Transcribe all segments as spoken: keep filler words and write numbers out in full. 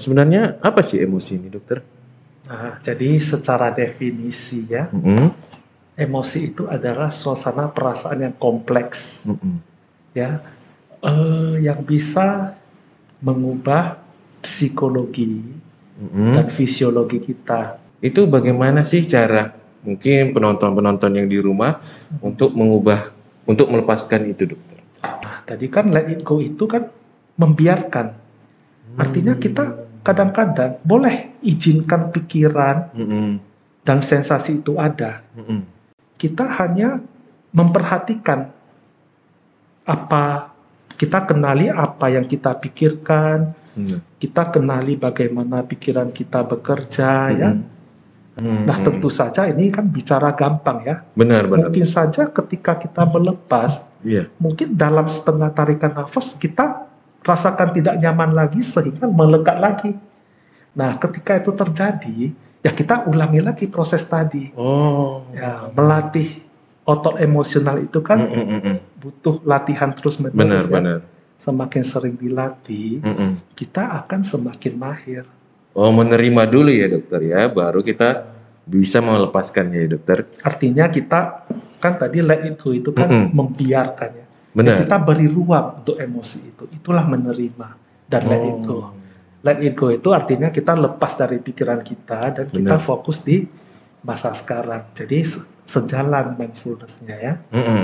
sebenarnya apa sih emosi ini, dokter? Nah, jadi secara definisi ya, Mm-mm. emosi itu adalah suasana perasaan yang kompleks, Mm-mm. ya, eh, yang bisa mengubah psikologi Mm-mm. dan fisiologi kita. Itu bagaimana sih cara mungkin penonton-penonton yang di rumah untuk mengubah, untuk melepaskan itu, dokter? Nah, tadi kan let it go itu kan membiarkan. Artinya kita kadang-kadang boleh izinkan pikiran Mm-mm. dan sensasi itu ada. Mm-mm. Kita hanya memperhatikan apa, kita kenali apa yang kita pikirkan, Mm. kita kenali bagaimana pikiran kita bekerja, ya. Mm-mm. Nah, tentu saja ini kan bicara gampang ya. Benar, benar. Mungkin saja ketika kita melepas, Iya. mungkin dalam setengah tarikan nafas kita rasakan tidak nyaman lagi sehingga melekat lagi. Nah, ketika itu terjadi, ya kita ulangi lagi proses tadi. Oh. Ya, melatih otot emosional itu kan Mm-mm. butuh latihan terus-menerus Benar, ya. benar. Semakin sering dilatih, Mm-mm. kita akan semakin mahir. Oh, menerima dulu ya, dokter ya, baru kita bisa melepaskannya ya, dokter. Artinya kita kan tadi let it go itu kan Mm-mm. membiarkan ya. Ya Benar. kita beri ruang untuk emosi itu. Itulah menerima dan let it go. Oh. Let it go itu artinya kita lepas dari pikiran kita dan kita Benar. fokus di masa sekarang. Jadi se- sejalan mindfulness-nya ya. Mm-mm.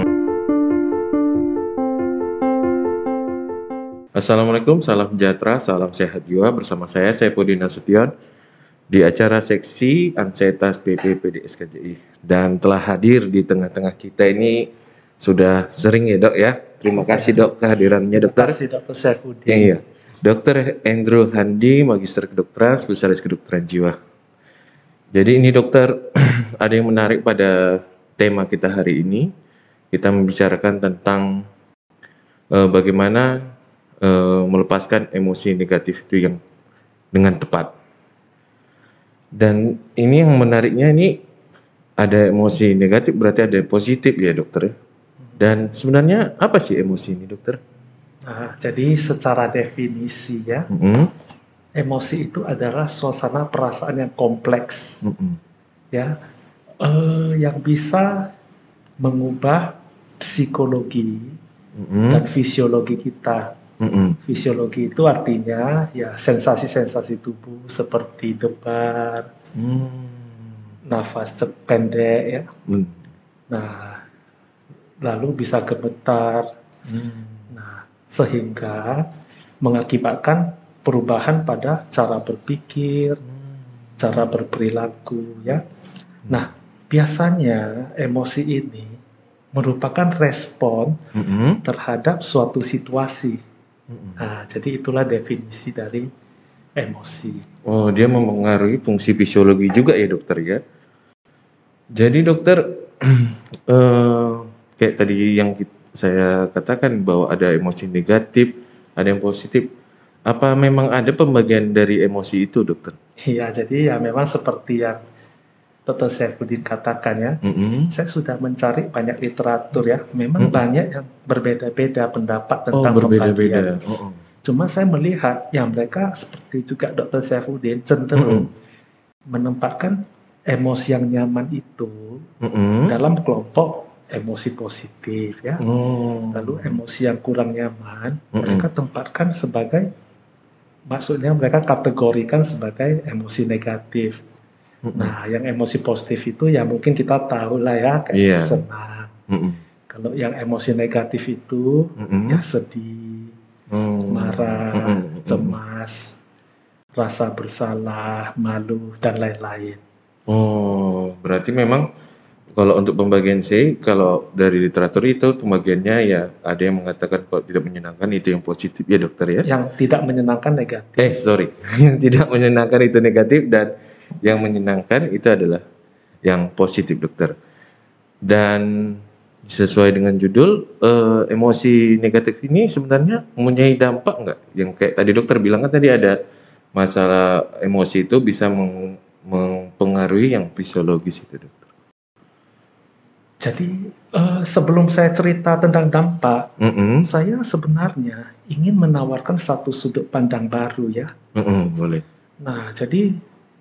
Assalamualaikum, salam sejahtera, salam sehat jiwa. Bersama saya, Saipudin Nasution, di acara seksi Ansietas P P P D S K J I. Dan telah hadir di tengah-tengah kita ini sudah sering ya, dok ya. Terima kasih, dok, kehadirannya, dokter. Terima kasih Dokter Saifuddin. Iya, dokter Andrew Handi, Magister Kedokteran, Spesialis Kedokteran Jiwa. Jadi ini dokter, ada yang menarik pada tema kita hari ini. Kita membicarakan tentang uh, bagaimana uh, melepaskan emosi negatif itu yang dengan tepat. Dan ini yang menariknya, ini ada emosi negatif berarti ada yang positif ya, dokter. Dan sebenarnya apa sih emosi ini, dokter? Nah, jadi secara definisi ya, Mm-mm. emosi itu adalah suasana perasaan yang kompleks, Mm-mm. ya, eh, yang bisa mengubah psikologi Mm-mm. dan fisiologi kita. Mm-mm. Fisiologi itu artinya ya sensasi-sensasi tubuh seperti debar, Mm. nafas cep- pendek ya. Mm. Nah, lalu bisa gemetar. Mm. Nah, sehingga mengakibatkan perubahan pada cara berpikir, cara berperilaku ya. Nah, biasanya emosi ini merupakan respon Mm-mm. terhadap suatu situasi. Mm-mm. Nah, jadi itulah definisi dari emosi. Oh, dia mempengaruhi fungsi fisiologi juga ya, dokter ya. Jadi dokter, eh, kayak tadi yang kit- saya katakan bahwa ada emosi negatif, ada yang positif. Apa memang ada pembagian dari emosi itu, dokter? Iya, jadi ya memang seperti yang Dokter Saifuddin katakan ya, Mm-mm. saya sudah mencari banyak literatur ya, memang Mm-mm. banyak yang berbeda-beda pendapat Oh, tentang berbeda-beda. pembagian. Oh, oh. Cuma saya melihat yang mereka seperti juga Dokter Saifuddin cenderung menempatkan emosi yang nyaman itu Mm-mm. dalam kelompok emosi positif ya. Oh. Lalu emosi yang kurang nyaman Mm-mm. mereka tempatkan sebagai, maksudnya mereka kategorikan sebagai emosi negatif. Mm-mm. Nah, yang emosi positif itu ya mungkin kita tahu lah ya, kayak Iya. senang. Mm-mm. Kalau yang emosi negatif itu Mm-mm. ya sedih, Oh. marah, Mm-mm. cemas, rasa bersalah, malu, dan lain-lain. Oh, berarti memang kalau untuk pembagian C, kalau dari literatur itu pembagiannya ya ada yang mengatakan kalau tidak menyenangkan itu yang positif ya, dokter ya. Yang tidak menyenangkan negatif. Eh, sorry, yang tidak menyenangkan itu negatif dan yang menyenangkan itu adalah yang positif, dokter. Dan sesuai dengan judul, eh, emosi negatif ini sebenarnya mempunyai dampak nggak? Yang kayak tadi dokter bilang kan tadi ada masalah emosi itu bisa meng- mempengaruhi yang fisiologis itu, dokter. Jadi eh, sebelum saya cerita tentang dampak, Mm-mm. saya sebenarnya ingin menawarkan satu sudut pandang baru ya. Mm-mm, boleh. Nah, jadi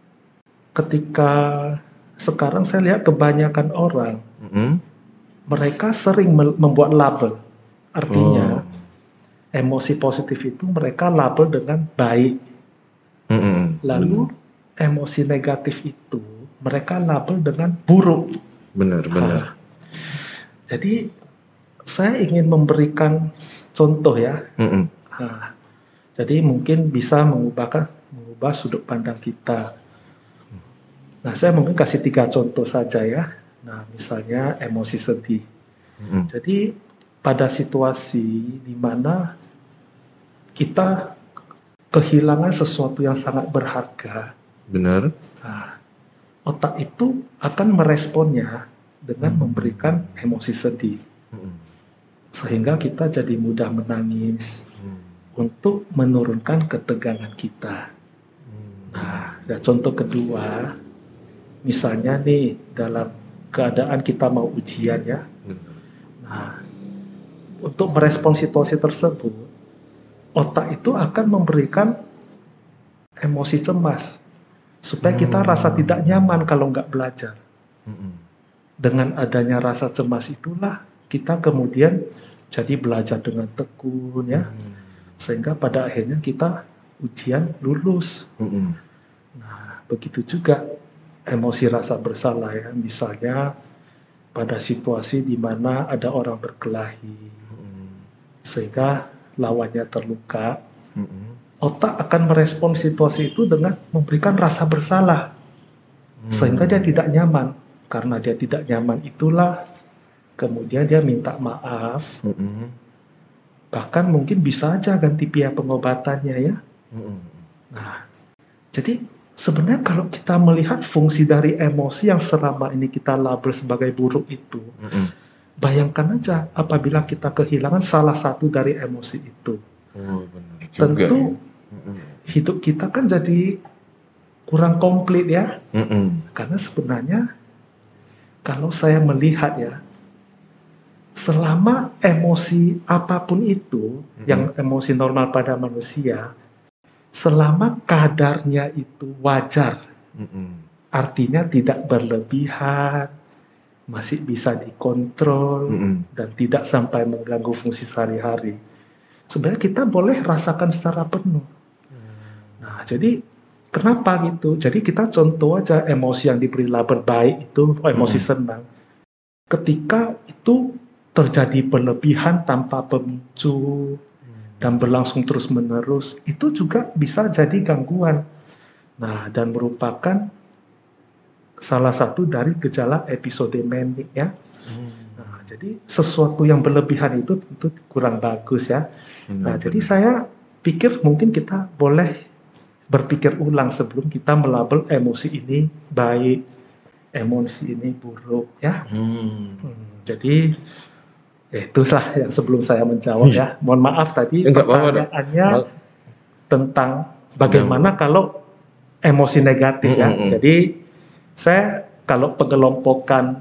ketika sekarang saya lihat kebanyakan orang, Mm-mm. mereka sering mel- membuat label. Oh. Artinya, emosi positif itu mereka label dengan baik. Mm-mm, Lalu, benar. emosi negatif itu mereka label dengan buruk. Benar, benar. Nah, jadi, saya ingin memberikan contoh ya. Mm-mm. Nah, jadi mungkin bisa mengubahkan mengubah sudut pandang kita. Nah, saya mungkin kasih tiga contoh saja ya. Nah, misalnya emosi sedih. Mm-mm. Jadi pada situasi di mana kita kehilangan sesuatu yang sangat berharga, Benar. nah, otak itu akan meresponnya dengan memberikan emosi sedih. Mm-mm. Sehingga kita jadi mudah menangis Mm. untuk menurunkan ketegangan kita. Nah, ya contoh kedua, misalnya nih dalam keadaan kita mau ujian ya. Benar. Nah, untuk merespon situasi tersebut, otak itu akan memberikan emosi cemas supaya kita rasa tidak nyaman kalau nggak belajar. Mm-mm. Dengan adanya rasa cemas itulah kita kemudian jadi belajar dengan tekun ya, sehingga pada akhirnya kita ujian lulus. Mm-mm. Nah, begitu juga emosi rasa bersalah ya, misalnya pada situasi di mana ada orang berkelahi sehingga lawannya terluka, Mm-mm. otak akan merespon situasi itu dengan memberikan rasa bersalah sehingga dia tidak nyaman. Karena dia tidak nyaman itulah kemudian dia minta maaf, Mm-mm. bahkan mungkin bisa aja ganti biaya pengobatannya ya. Mm-mm. Nah, jadi sebenarnya kalau kita melihat fungsi dari emosi yang selama ini kita label sebagai buruk itu, Mm-mm. bayangkan aja apabila kita kehilangan salah satu dari emosi itu. Oh, benar juga. Tentu Mm-mm. hidup kita kan jadi kurang komplit ya. Mm-mm. Karena sebenarnya kalau saya melihat ya, selama emosi apapun itu, Mm-mm. yang emosi normal pada manusia, selama kadarnya itu wajar, Mm-mm. artinya tidak berlebihan, masih bisa dikontrol, Mm-mm. dan tidak sampai mengganggu fungsi sehari-hari, sebenarnya kita boleh rasakan secara penuh. Nah, jadi kenapa gitu? Jadi kita contoh aja emosi yang diberi label baik itu emosi Mm-mm. senang. Ketika itu terjadi berlebihan tanpa pemicu dan berlangsung terus-menerus, itu juga bisa jadi gangguan. Nah, dan merupakan salah satu dari gejala episode manik ya. Nah, jadi sesuatu yang berlebihan itu tentu kurang bagus ya. Nah, Benar, jadi benar. saya pikir mungkin kita boleh berpikir ulang sebelum kita melabel emosi ini baik, emosi ini buruk ya. Hmm. Hmm, jadi itulah yang sebelum saya menjawab ya. Mohon maaf tadi Enggak apa-apa, Dok. pertanyaannya Mal- tentang bagaimana kalau emosi negatif ya. Mm-mm. Jadi saya kalau pengelompokan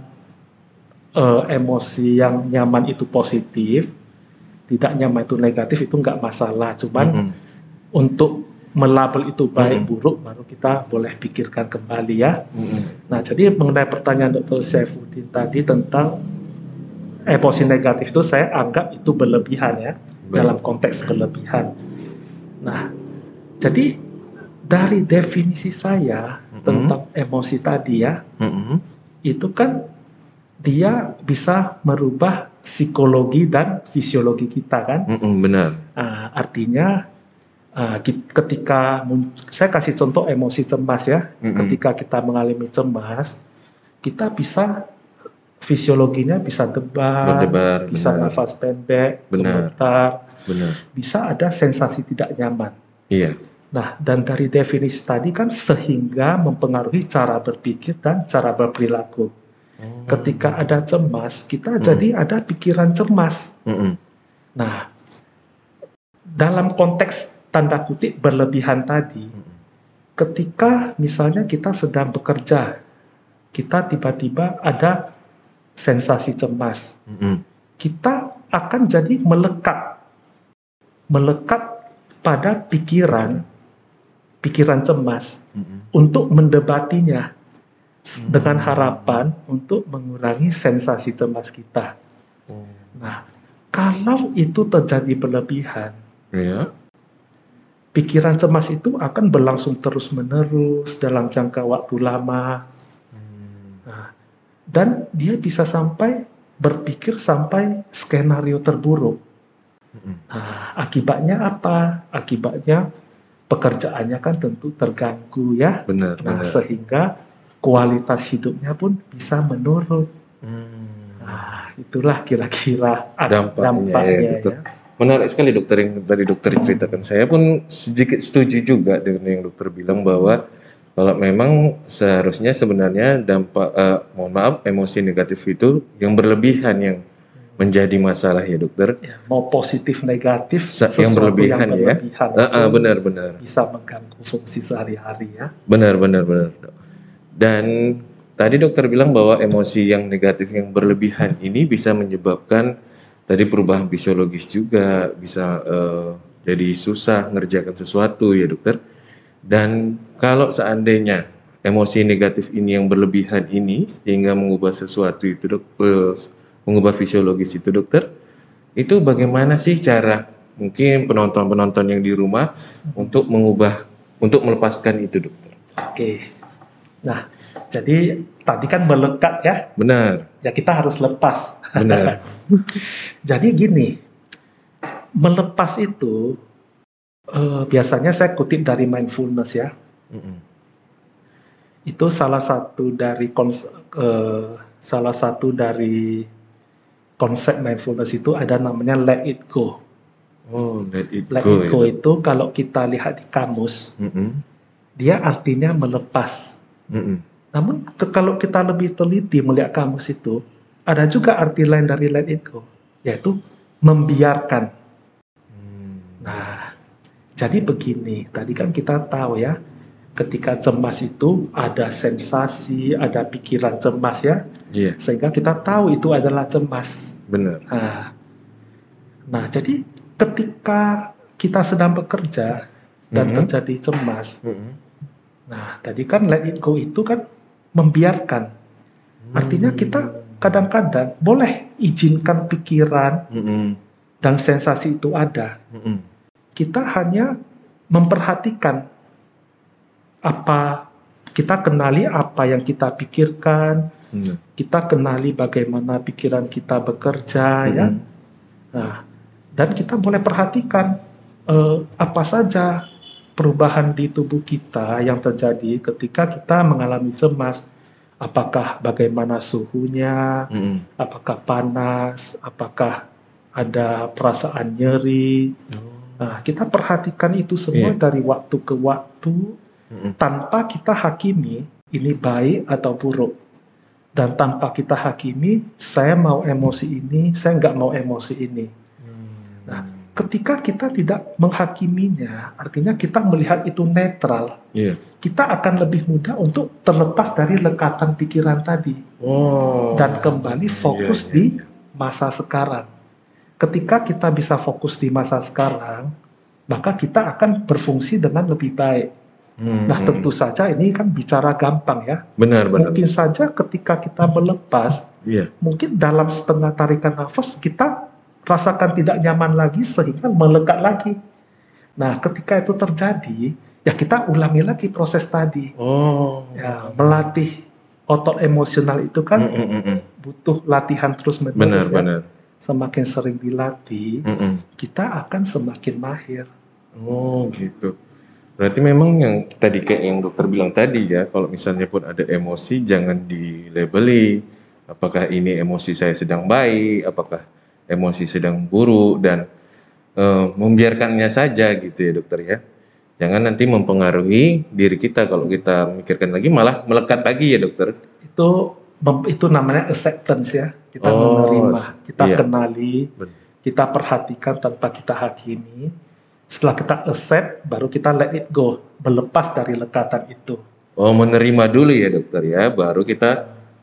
eh, emosi yang nyaman itu positif, tidak nyaman itu negatif itu nggak masalah. Cuman Mm-mm. untuk melabel itu baik Mm-mm. buruk baru kita boleh pikirkan kembali ya. Mm-mm. Nah, jadi mengenai pertanyaan dokter Saifuddin tadi tentang emosi negatif itu saya anggap itu berlebihan ya, Baik. dalam konteks berlebihan. Nah, jadi dari definisi saya Mm-mm. tentang emosi tadi ya, Mm-mm. itu kan dia bisa merubah psikologi dan fisiologi kita kan. Mm-mm, benar. Ah, artinya ah, ki- ketika mun- saya kasih contoh emosi cemas ya, Mm-mm. ketika kita mengalami cemas, kita bisa fisiologinya bisa debar, Berdebar, bisa benar. nafas pendek, Benar. gemetar, Benar. bisa ada sensasi tidak nyaman. Iya. Nah, dan dari definisi tadi kan sehingga mempengaruhi cara berpikir dan cara berperilaku. Ketika ada cemas, kita Mm-mm. jadi ada pikiran cemas. Mm-mm. Nah, dalam konteks tanda kutip berlebihan tadi, ketika misalnya kita sedang bekerja, kita tiba-tiba ada sensasi cemas, Mm-mm. kita akan jadi melekat, melekat pada pikiran, pikiran cemas Mm-mm. untuk mendebatinya dengan harapan untuk mengurangi sensasi cemas kita. Oh. Nah, kalau itu terjadi berlebihan, Ya. pikiran cemas itu akan berlangsung terus-menerus dalam jangka waktu lama. Nah, dan dia bisa sampai berpikir sampai skenario terburuk. Mm-mm. Nah, akibatnya apa? Akibatnya pekerjaannya kan tentu terganggu ya. Benar, Nah, benar. sehingga kualitas hidupnya pun bisa menurun. Hmm. Nah, itulah kira-kira Dampaknya, dampaknya ya, betul. ya. Menarik sekali dokter yang tadi dokter ceritakan. Saya pun sedikit setuju juga dengan yang dokter bilang bahwa kalau memang seharusnya sebenarnya dampak, eh, mohon maaf, emosi negatif itu yang berlebihan yang menjadi masalah ya dokter. Ya, mau positif negatif, Sa- sesuatu yang berlebihan, yang ya. berlebihan Ah, ah, itu benar-benar. bisa mengganggu fungsi sehari-hari ya. Benar, benar, benar. Dok. Dan tadi dokter bilang bahwa emosi yang negatif yang berlebihan ini bisa menyebabkan tadi perubahan fisiologis juga, bisa eh, jadi susah ngerjakan sesuatu ya dokter. Dan kalau seandainya emosi negatif ini yang berlebihan ini sehingga mengubah sesuatu itu dok, eh, mengubah fisiologis itu dokter, itu bagaimana sih cara mungkin penonton-penonton yang di rumah untuk mengubah, untuk melepaskan itu dokter? Oke. Nah, jadi tadi kan melekat ya, Benar, ya kita harus lepas. benar. Jadi gini, melepas itu eh, biasanya saya kutip dari mindfulness ya. Mm-mm. Itu salah satu dari kons- eh, salah satu dari konsep mindfulness itu ada namanya let it go. Oh, let it Let go it ya go dok. itu kalau kita lihat di kamus, Mm-mm. dia artinya melepas. Mm-mm. Namun ke- kalau kita lebih teliti melihat kamus itu, ada juga arti lain dari let it go, yaitu membiarkan. Nah, jadi begini, tadi kan kita tahu ya, ketika cemas itu ada sensasi, ada pikiran cemas ya, Iya, sehingga kita tahu itu adalah cemas. benar. Nah, nah jadi ketika kita sedang bekerja dan Mhm. terjadi cemas, Mm-mm. nah tadi kan let it go itu kan membiarkan. Artinya kita kadang-kadang boleh izinkan pikiran Mm-mm. dan sensasi itu ada. Mm-mm. Kita hanya memperhatikan apa, kita kenali apa yang kita pikirkan, Benar. kita kenali bagaimana pikiran kita bekerja ya. Mm-mm. Nah, dan kita boleh perhatikan eh, apa saja perubahan di tubuh kita yang terjadi ketika kita mengalami cemas. Apakah bagaimana suhunya, Mm-mm. apakah panas, apakah ada perasaan nyeri. Nah, kita perhatikan itu semua Iya. dari waktu ke waktu Mm-mm. tanpa kita hakimi ini baik atau buruk. Dan tanpa kita hakimi, saya mau emosi ini, saya nggak mau emosi ini. Nah, ketika kita tidak menghakiminya, artinya kita melihat itu netral, Iya. kita akan lebih mudah untuk terlepas dari lekatan pikiran tadi Oh. dan kembali fokus Iya, iya, di iya. masa sekarang. Ketika kita bisa fokus di masa sekarang, maka kita akan berfungsi dengan lebih baik. Mm-mm. Nah, tentu saja ini kan bicara gampang ya. Benar, benar. Mungkin saja ketika kita melepas, Iya. mungkin dalam setengah tarikan nafas kita rasakan tidak nyaman lagi sehingga melekat lagi. Nah, ketika itu terjadi, ya kita ulangi lagi proses tadi. Oh. Ya, melatih otot emosional itu kan Mm-mm. butuh latihan terus Benar, menerus ya. benar. Semakin sering dilatih, Mm-mm. kita akan semakin mahir. Oh, gitu. Berarti memang yang tadi kayak yang dokter bilang tadi ya, kalau misalnya pun ada emosi jangan dilabeli. Apakah ini emosi saya sedang baik, apakah emosi sedang buruk, dan eh, membiarkannya saja gitu ya dokter ya. Jangan nanti mempengaruhi diri kita, kalau kita mikirkan lagi malah melekat lagi ya dokter. Itu mem- itu namanya acceptance ya. Kita Oh, menerima, kita iya. kenali, kita perhatikan tanpa kita hakimi. Setelah kita accept, baru kita let it go, melepas dari lekatan itu. Oh, menerima dulu ya dokter ya, baru kita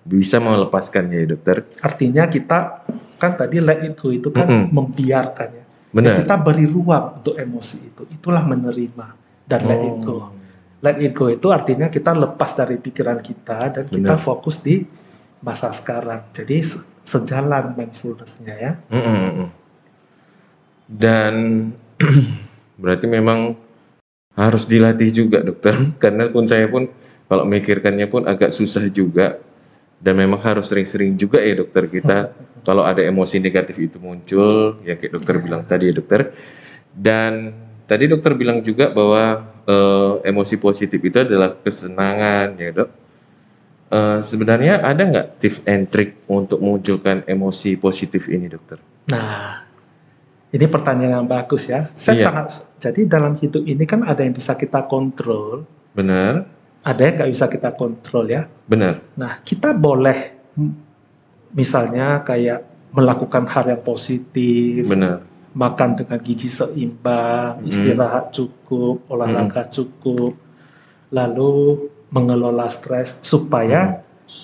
bisa melepaskannya ya dokter. Artinya kita kan tadi let it go itu kan Mm-mm. membiarkan ya. Dan Benar. kita beri ruang untuk emosi itu. Itulah menerima dan let it go. Oh. Let it go itu artinya kita lepas dari pikiran kita dan kita Benar. fokus di masa sekarang. Jadi se- sejalan mindfulness-nya ya. Mm-mm. Dan berarti memang harus dilatih juga dokter, karena pun saya pun kalau mikirkannya pun agak susah juga, dan memang harus sering-sering juga ya dokter kita kalau ada emosi negatif itu muncul, ya kayak dokter bilang tadi ya dokter. Dan tadi dokter bilang juga bahwa eh, emosi positif itu adalah kesenangan ya dok. Eh, sebenarnya ada nggak tips and trick untuk mengunculkan emosi positif ini dokter? Nah, ini pertanyaan yang bagus ya. Saya Iya. sangat jadi dalam hidup ini kan ada yang bisa kita kontrol, Benar, ada yang nggak bisa kita kontrol ya. benar, Nah, kita boleh m- misalnya kayak melakukan hal yang positif, benar. makan dengan gizi seimbang, Mm. istirahat cukup, olahraga cukup, lalu mengelola stres supaya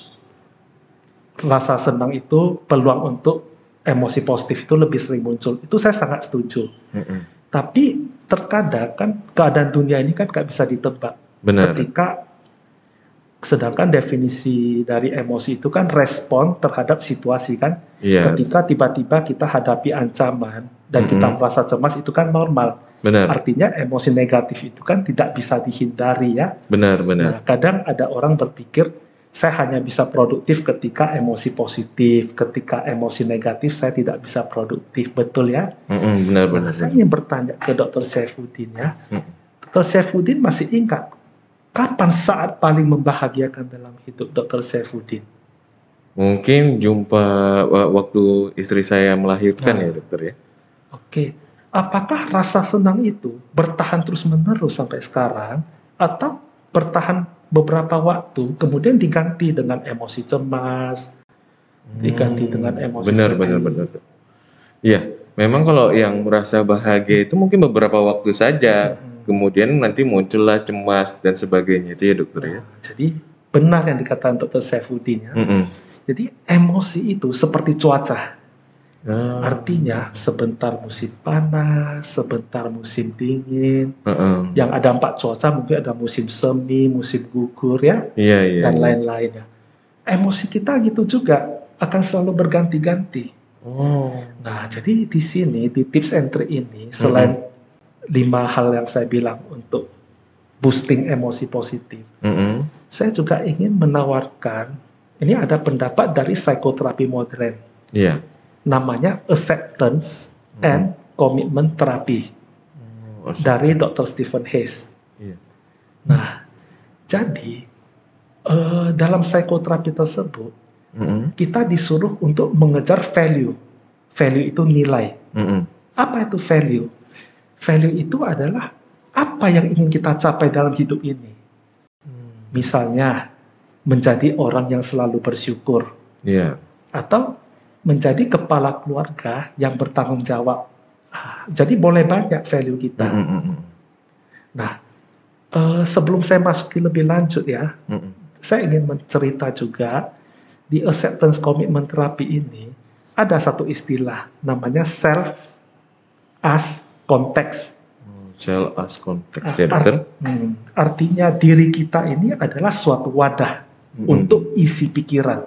rasa senang itu peluang untuk emosi positif itu lebih sering muncul. Itu saya sangat setuju. Mm-mm. Tapi terkadang kan keadaan dunia ini kan nggak bisa ditebak. Benar. Ketika sedangkan definisi dari emosi itu kan respon terhadap situasi kan. Iya. Ketika tiba-tiba kita hadapi ancaman dan kita Mm-mm. merasa cemas itu kan normal. Benar, Artinya emosi negatif itu kan tidak bisa dihindari ya. benar, Nah, benar. kadang ada orang berpikir saya hanya bisa produktif ketika emosi positif, ketika emosi negatif saya tidak bisa produktif, betul ya? Mm-mm, benar, Nah, benar, saya benar. ingin bertanya ke dokter Saifuddin ya. Mm. dokter Saifuddin masih ingat kapan saat paling membahagiakan dalam hidup dokter Saifuddin? Mungkin jumpa wa- waktu istri saya melahirkan Nah. ya dokter ya. Oke, apakah rasa senang itu bertahan terus-menerus sampai sekarang atau bertahan beberapa waktu kemudian diganti dengan emosi cemas, diganti dengan emosi Benar, sedih? benar, benar. Iya, memang kalau yang merasa bahagia itu mungkin beberapa waktu saja, Mm-mm. kemudian nanti muncullah cemas dan sebagainya itu ya dokter ya. Nah, jadi benar yang dikatakan dokter Saifuddin ya. Mm-mm. Jadi emosi itu seperti cuaca. Ah, Artinya sebentar musim panas, sebentar musim dingin. heeh. Yang ada empat cuaca mungkin ada musim semi, musim gugur ya, Iya, iya, dan iya. lain-lainnya. Emosi kita gitu juga akan selalu berganti-ganti. Oh, Nah, jadi di sini di tips and trick ini selain lima hal yang saya bilang untuk boosting emosi positif, mm-mm. saya juga ingin menawarkan ini ada pendapat dari psikoterapi modern, Iya. namanya acceptance and commitment therapy Oh, dari dokter Stephen Hayes. iya. Nah, jadi eh, dalam psikoterapi tersebut Mm-mm. kita disuruh untuk mengejar value. Value itu nilai. Mm-mm. Apa itu value? Value itu adalah apa yang ingin kita capai dalam hidup ini. Misalnya, menjadi orang yang selalu bersyukur. Iya. Atau menjadi kepala keluarga yang bertanggung jawab. Ah, jadi boleh banyak value kita. Mm-mm. Nah, eh, sebelum saya masuki lebih lanjut ya, Mm-mm. saya ingin mencerita juga di acceptance commitment therapy ini ada satu istilah namanya self as context. Shell as konteks Ah, ya dokter. art- hmm, artinya diri kita ini adalah suatu wadah Mm-mm. untuk isi pikiran.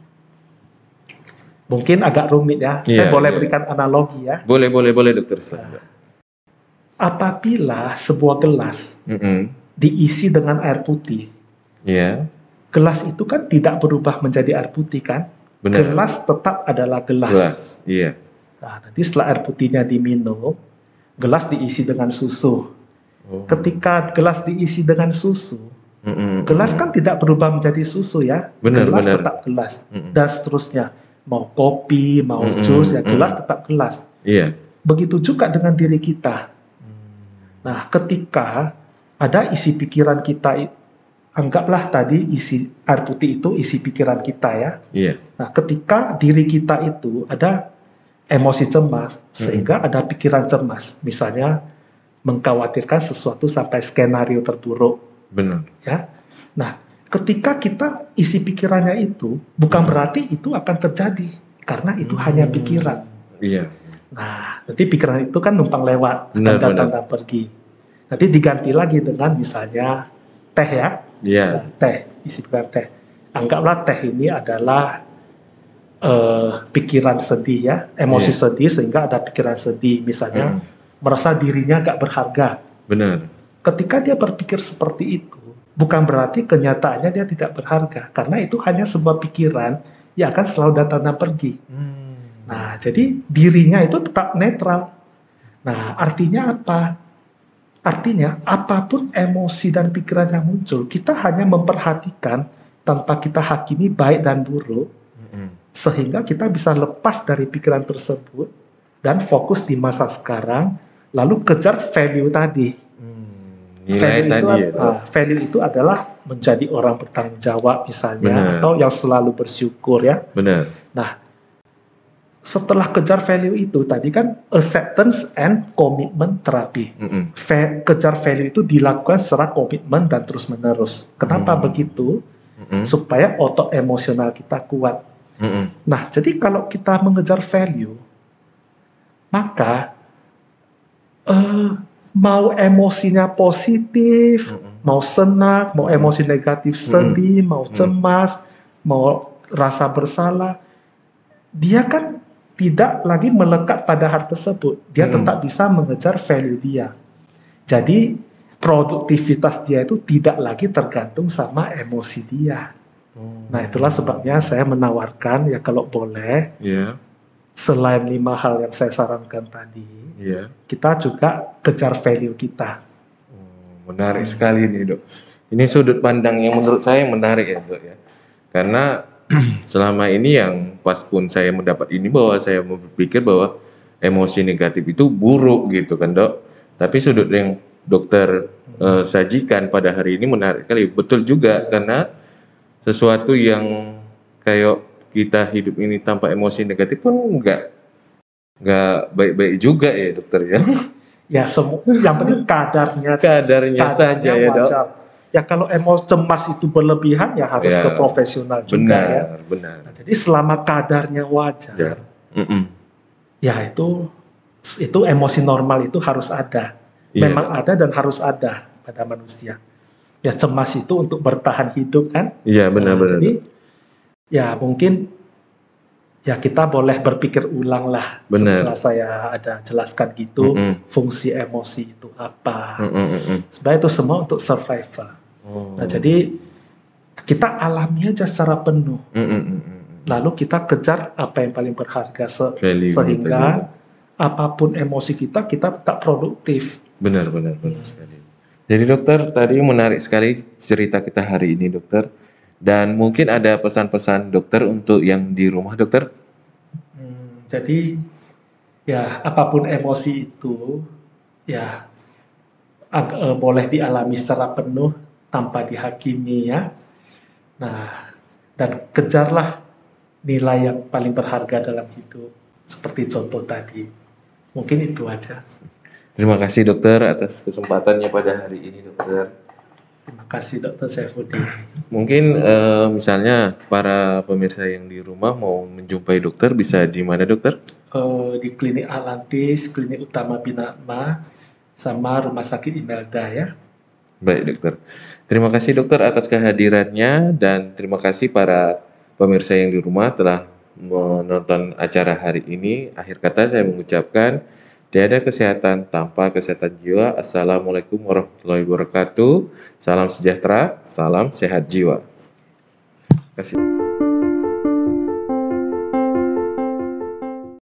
Mungkin agak rumit ya. Saya Iya, boleh iya. berikan analogi ya. Boleh, boleh, boleh dokter. Silakan. Apabila sebuah gelas Mm-mm. diisi dengan air putih, Iya. gelas itu kan tidak berubah menjadi air putih kan? Benar. Gelas tetap adalah gelas. Gelas. Iya. Nah, nanti setelah air putihnya diminum, gelas diisi dengan susu. Oh. Ketika gelas diisi dengan susu, Mm-mm. gelas kan tidak berubah menjadi susu ya. Benar, gelas benar. tetap gelas. Mm-mm. Dan seterusnya. Mau kopi, mau Mm-mm, jus, ya gelas mm-mm. tetap gelas. Iya. Begitu juga dengan diri kita. Nah, ketika ada isi pikiran kita, i- anggaplah tadi isi air putih itu isi pikiran kita ya. Iya. Nah, ketika diri kita itu ada emosi cemas, sehingga ada pikiran cemas, misalnya mengkhawatirkan sesuatu sampai skenario terburuk, Benar. ya. Nah, ketika kita isi pikirannya itu, bukan berarti itu akan terjadi, karena itu hanya pikiran. Iya. Nah, nanti pikiran itu kan numpang lewat, akan Benar, datang benar. dan pergi. Nanti diganti lagi dengan misalnya teh ya, Iya. Nah, teh, isi pikiran teh. Anggaplah teh ini adalah eh, pikiran sedih ya, emosi Iya. sedih sehingga ada pikiran sedih, misalnya Mm. merasa dirinya gak berharga. Benar. Ketika dia berpikir seperti itu, bukan berarti kenyataannya dia tidak berharga, karena itu hanya sebuah pikiran yang akan selalu datang dan pergi. Hmm. Nah, jadi dirinya itu tetap netral. Nah, artinya apa? Artinya, apapun emosi dan pikiran yang muncul, kita hanya memperhatikan tanpa kita hakimi baik dan buruk, Mm-mm. sehingga kita bisa lepas dari pikiran tersebut dan fokus di masa sekarang, lalu kejar value tadi. Hmm. Nilai Value itu, tadi ya, Dok? ah, value itu adalah menjadi orang bertanggung jawab misalnya, Benar. atau yang selalu bersyukur ya. Benar. Nah, setelah kejar value itu tadi kan acceptance and commitment terapi. Mm-mm. Ve- kejar value itu dilakukan secara komitmen dan terus menerus. Kenapa Hmm. begitu? Mm-mm. Supaya otot emosional kita kuat. Mm-mm. Nah, jadi kalau kita mengejar value, maka eh, mau emosinya positif, Mm-mm. mau senang, mau emosi negatif sedih, mau Mm. cemas, mau rasa bersalah, dia kan tidak lagi melekat pada hal tersebut. Dia Mm. tetap bisa mengejar value dia. Jadi produktivitas dia itu tidak lagi tergantung sama emosi dia. Oh. Nah, itulah sebabnya saya menawarkan ya kalau boleh, Iya. selain lima hal yang saya sarankan tadi, Iya. kita juga kejar value kita. Oh, menarik sekali nih, Dok. Ini sudut pandang yang menurut saya menarik ya, Dok ya. Karena selama ini yang pas pun saya mendapat ini bahwa saya berpikir bahwa emosi negatif itu buruk gitu kan, Dok. Tapi sudut yang dokter eh, sajikan pada hari ini menarik sekali. Betul juga, karena sesuatu yang kayak kita hidup ini tanpa emosi negatif pun nggak nggak baik-baik juga ya, dokter ya. Ya, semua yang penting kadarnya Kadarnya saja ya, Dok. wajar. Ya kalau emosi cemas itu berlebihan ya harus Ya, ke profesional juga ya. benar, benar. Nah, jadi selama kadarnya wajar, Ya. Mm-mm. ya itu itu emosi normal itu harus ada. Iya, Memang Dok. ada dan harus ada pada manusia. Ya cemas itu untuk bertahan hidup kan. Iya, Nah, benar-benar. jadi ya mungkin ya kita boleh berpikir ulang lah. Benar. Setelah saya ada jelaskan gitu, Mm-mm. fungsi emosi itu apa. Mm-mm, mm-mm. Sebenarnya itu semua untuk survival. Oh. Nah, jadi kita alami aja secara penuh. Mm-mm, mm-mm. Lalu kita kejar apa yang paling berharga se- Value sehingga kita apapun emosi kita, kita tetap produktif. Benar, benar, benar sekali. Jadi dokter, tadi menarik sekali cerita kita hari ini, dokter. Dan mungkin ada pesan-pesan dokter untuk yang di rumah, dokter? Hmm, jadi ya apapun emosi itu ya ag- eh, boleh dialami secara penuh tanpa dihakimi ya. Nah, dan kejarlah nilai yang paling berharga dalam hidup seperti contoh tadi. Mungkin itu aja. Terima kasih dokter atas kesempatannya pada hari ini, dokter. Terima kasih Dokter Saifuddin. Mungkin eh, misalnya para pemirsa yang di rumah mau menjumpai dokter bisa di mana, dokter? Eh, di Klinik Atlantis, Klinik Utama Binatma, sama Rumah Sakit Imelda ya. Baik, dokter. Terima kasih dokter atas kehadirannya dan terima kasih para pemirsa yang di rumah telah menonton acara hari ini. Akhir kata saya mengucapkan tiada kesehatan tanpa kesehatan jiwa. Assalamualaikum warahmatullahi wabarakatuh. Salam sejahtera, salam sehat jiwa. Terima kasih.